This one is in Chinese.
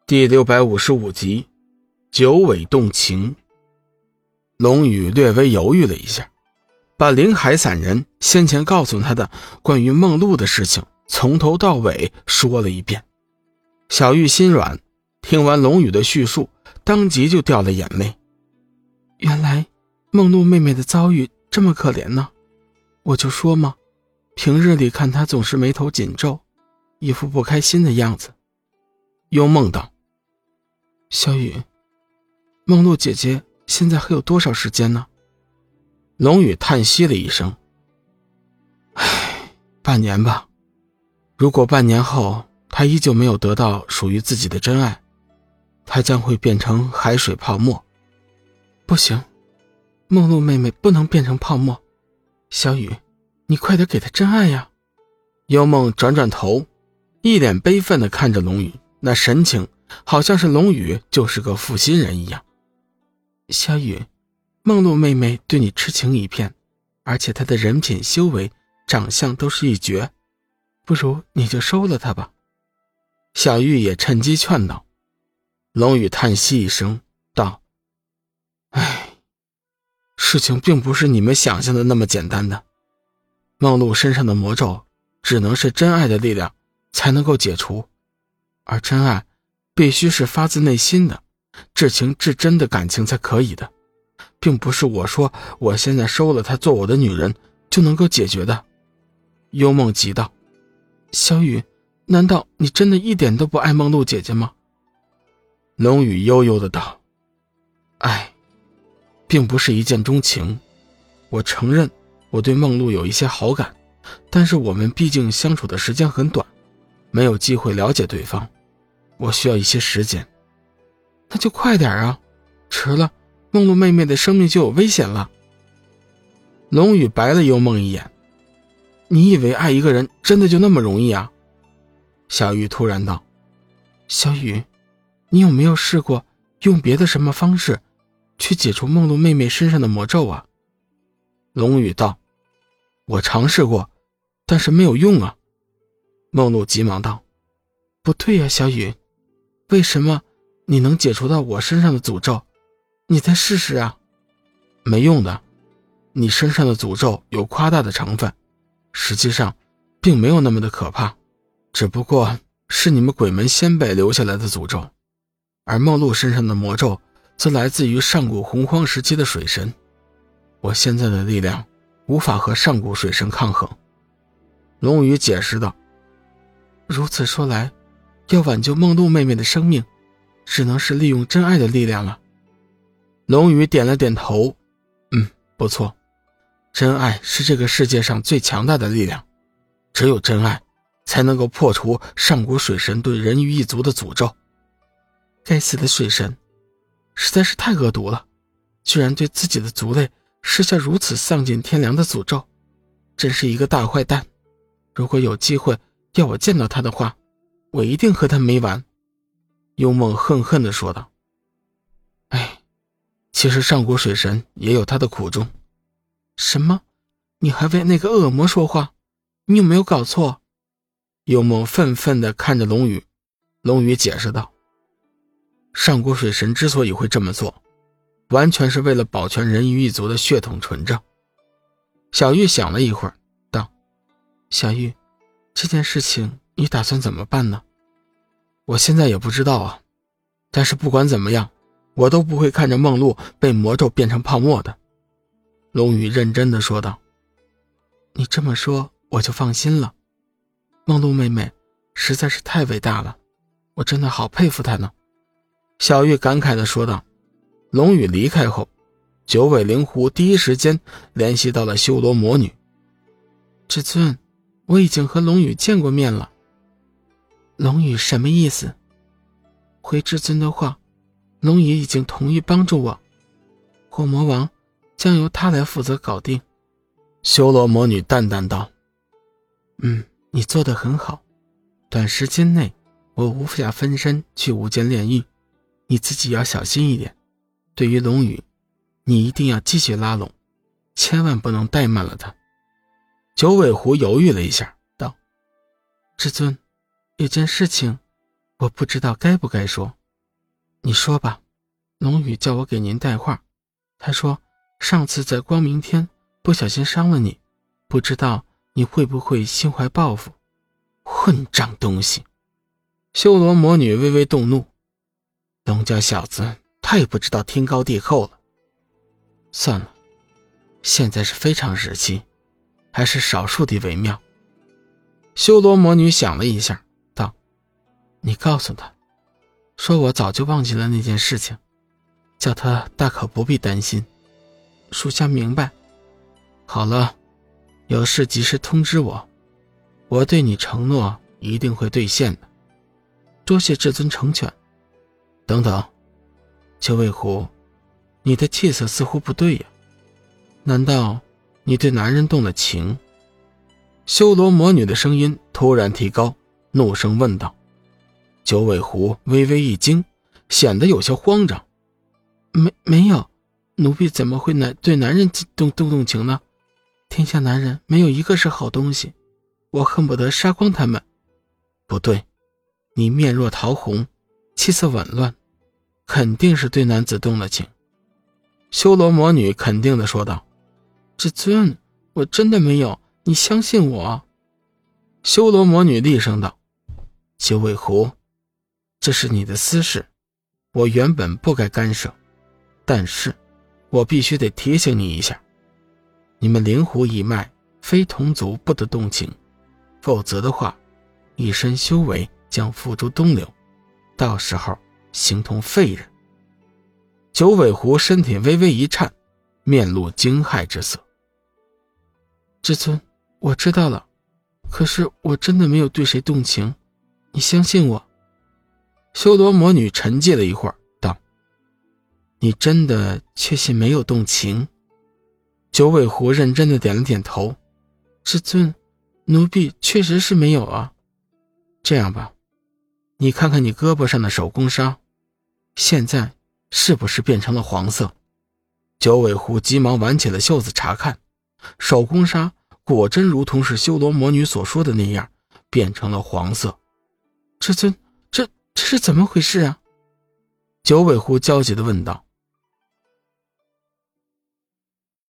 第655集，九尾动情。龙宇略微犹豫了一下，把灵海散人先前告诉他的关于梦露的事情从头到尾说了一遍。小玉心软，听完龙宇的叙述，当即就掉了眼泪。原来梦露妹妹的遭遇这么可怜呢，我就说嘛，平日里看她总是眉头紧皱，一副不开心的样子。幽梦道：小雨，梦露姐姐现在还有多少时间呢？龙宇叹息了一声，唉，半年吧。如果半年后她依旧没有得到属于自己的真爱，她将会变成海水泡沫。不行，梦露妹妹不能变成泡沫。小雨，你快点给她真爱呀。幽梦转转头，一脸悲愤地看着龙宇，那神情好像是龙宇就是个负心人一样。小雨，梦露妹妹对你痴情一片，而且她的人品修为长相都是一绝，不如你就收了她吧。小玉也趁机劝道。龙宇叹息一声道：唉，事情并不是你们想象的那么简单的。梦露身上的魔咒只能是真爱的力量才能够解除，而真爱必须是发自内心的，至情至真的感情才可以的，并不是我说我现在收了她做我的女人就能够解决的。幽梦急道：小雨，难道你真的一点都不爱梦露姐姐吗？龙宇悠悠的道：爱并不是一见钟情，我承认我对梦露有一些好感，但是我们毕竟相处的时间很短，没有机会了解对方，我需要一些时间。那就快点啊，迟了梦露妹妹的生命就有危险了。龙宇白了幽梦一眼：你以为爱一个人真的就那么容易啊？小玉突然道：小雨，你有没有试过用别的什么方式去解除梦露妹妹身上的魔咒啊？龙宇道：我尝试过，但是没有用啊。梦露急忙道：不对呀，小雨，为什么你能解除到我身上的诅咒？你再试试啊。没用的，你身上的诅咒有夸大的成分，实际上并没有那么的可怕，只不过是你们鬼门先辈留下来的诅咒，而梦露身上的魔咒则来自于上古洪荒时期的水神，我现在的力量无法和上古水神抗衡。龙宇解释道：如此说来，要挽救梦露妹妹的生命，只能是利用真爱的力量了。龙宇点了点头，不错，真爱是这个世界上最强大的力量，只有真爱才能够破除上古水神对人鱼一族的诅咒。该死的水神实在是太恶毒了，居然对自己的族类施下如此丧尽天良的诅咒，真是一个大坏蛋。如果有机会要我见到他的话，我一定和他没完。幽梦恨恨地说道：哎，其实上古水神也有他的苦衷。什么？你还为那个恶魔说话？你有没有搞错？幽梦愤愤地看着龙宇。龙宇解释道：上古水神之所以会这么做，完全是为了保全人鱼一族的血统纯正。小玉想了一会儿道：小玉，这件事情你打算怎么办呢？我现在也不知道啊，但是不管怎么样，我都不会看着梦露被魔咒变成泡沫的。龙宇认真地说道：你这么说我就放心了，梦露妹妹实在是太伟大了，我真的好佩服她呢。小玉感慨地说道。龙宇离开后，九尾灵狐第一时间联系到了修罗魔女。至尊，我已经和龙宇见过面了。龙宇什么意思？回至尊的话，龙宇已经同意帮助我，火魔王将由他来负责搞定。修罗魔女淡淡道：你做得很好，短时间内我无法分身去无间炼狱，你自己要小心一点。对于龙宇，你一定要继续拉拢，千万不能怠慢了他。九尾狐犹豫了一下道：至尊，有件事情我不知道该不该说。 你说吧，龙宇叫我给您带话，他说上次在光明天不小心伤了你，不知道你会不会心怀报复。混账东西！修罗魔女微微动怒，龙家小子太不知道天高地厚了。算了，现在是非常时期，还是少数地为妙。修罗魔女想了一下，道：你告诉他，说我早就忘记了那件事情，叫他大可不必担心。属下明白。好了，有事及时通知我，我对你承诺一定会兑现的。多谢至尊成全。等等，九尾狐，你的气色似乎不对呀，难道你对男人动了情？修罗魔女的声音突然提高，怒声问道。九尾狐微微一惊，显得有些慌张。没有，奴婢怎么会对男人动情呢？天下男人没有一个是好东西，我恨不得杀光他们。不对，你面若桃红，气色紊乱，肯定是对男子动了情。修罗魔女肯定地说道。至尊，我真的没有，你相信我。修罗魔女厉声道。九尾狐，这是你的私事，我原本不该干涉，但是我必须得提醒你一下，你们灵狐一脉非同族不得动情，否则的话，一身修为将付诸东流，到时候形同废人。九尾狐身体微微一颤，面露惊骇之色。至尊，我知道了，可是我真的没有对谁动情，你相信我。修罗魔女沉寂了一会儿，道：你真的确信没有动情？九尾狐认真的点了点头。至尊，奴婢确实是没有啊。这样吧，你看看你胳膊上的手工纱，现在是不是变成了黄色？九尾狐急忙挽起了袖子查看，手工纱果真如同是修罗魔女所说的那样，变成了黄色。至尊，这是怎么回事啊？九尾狐焦急地问道。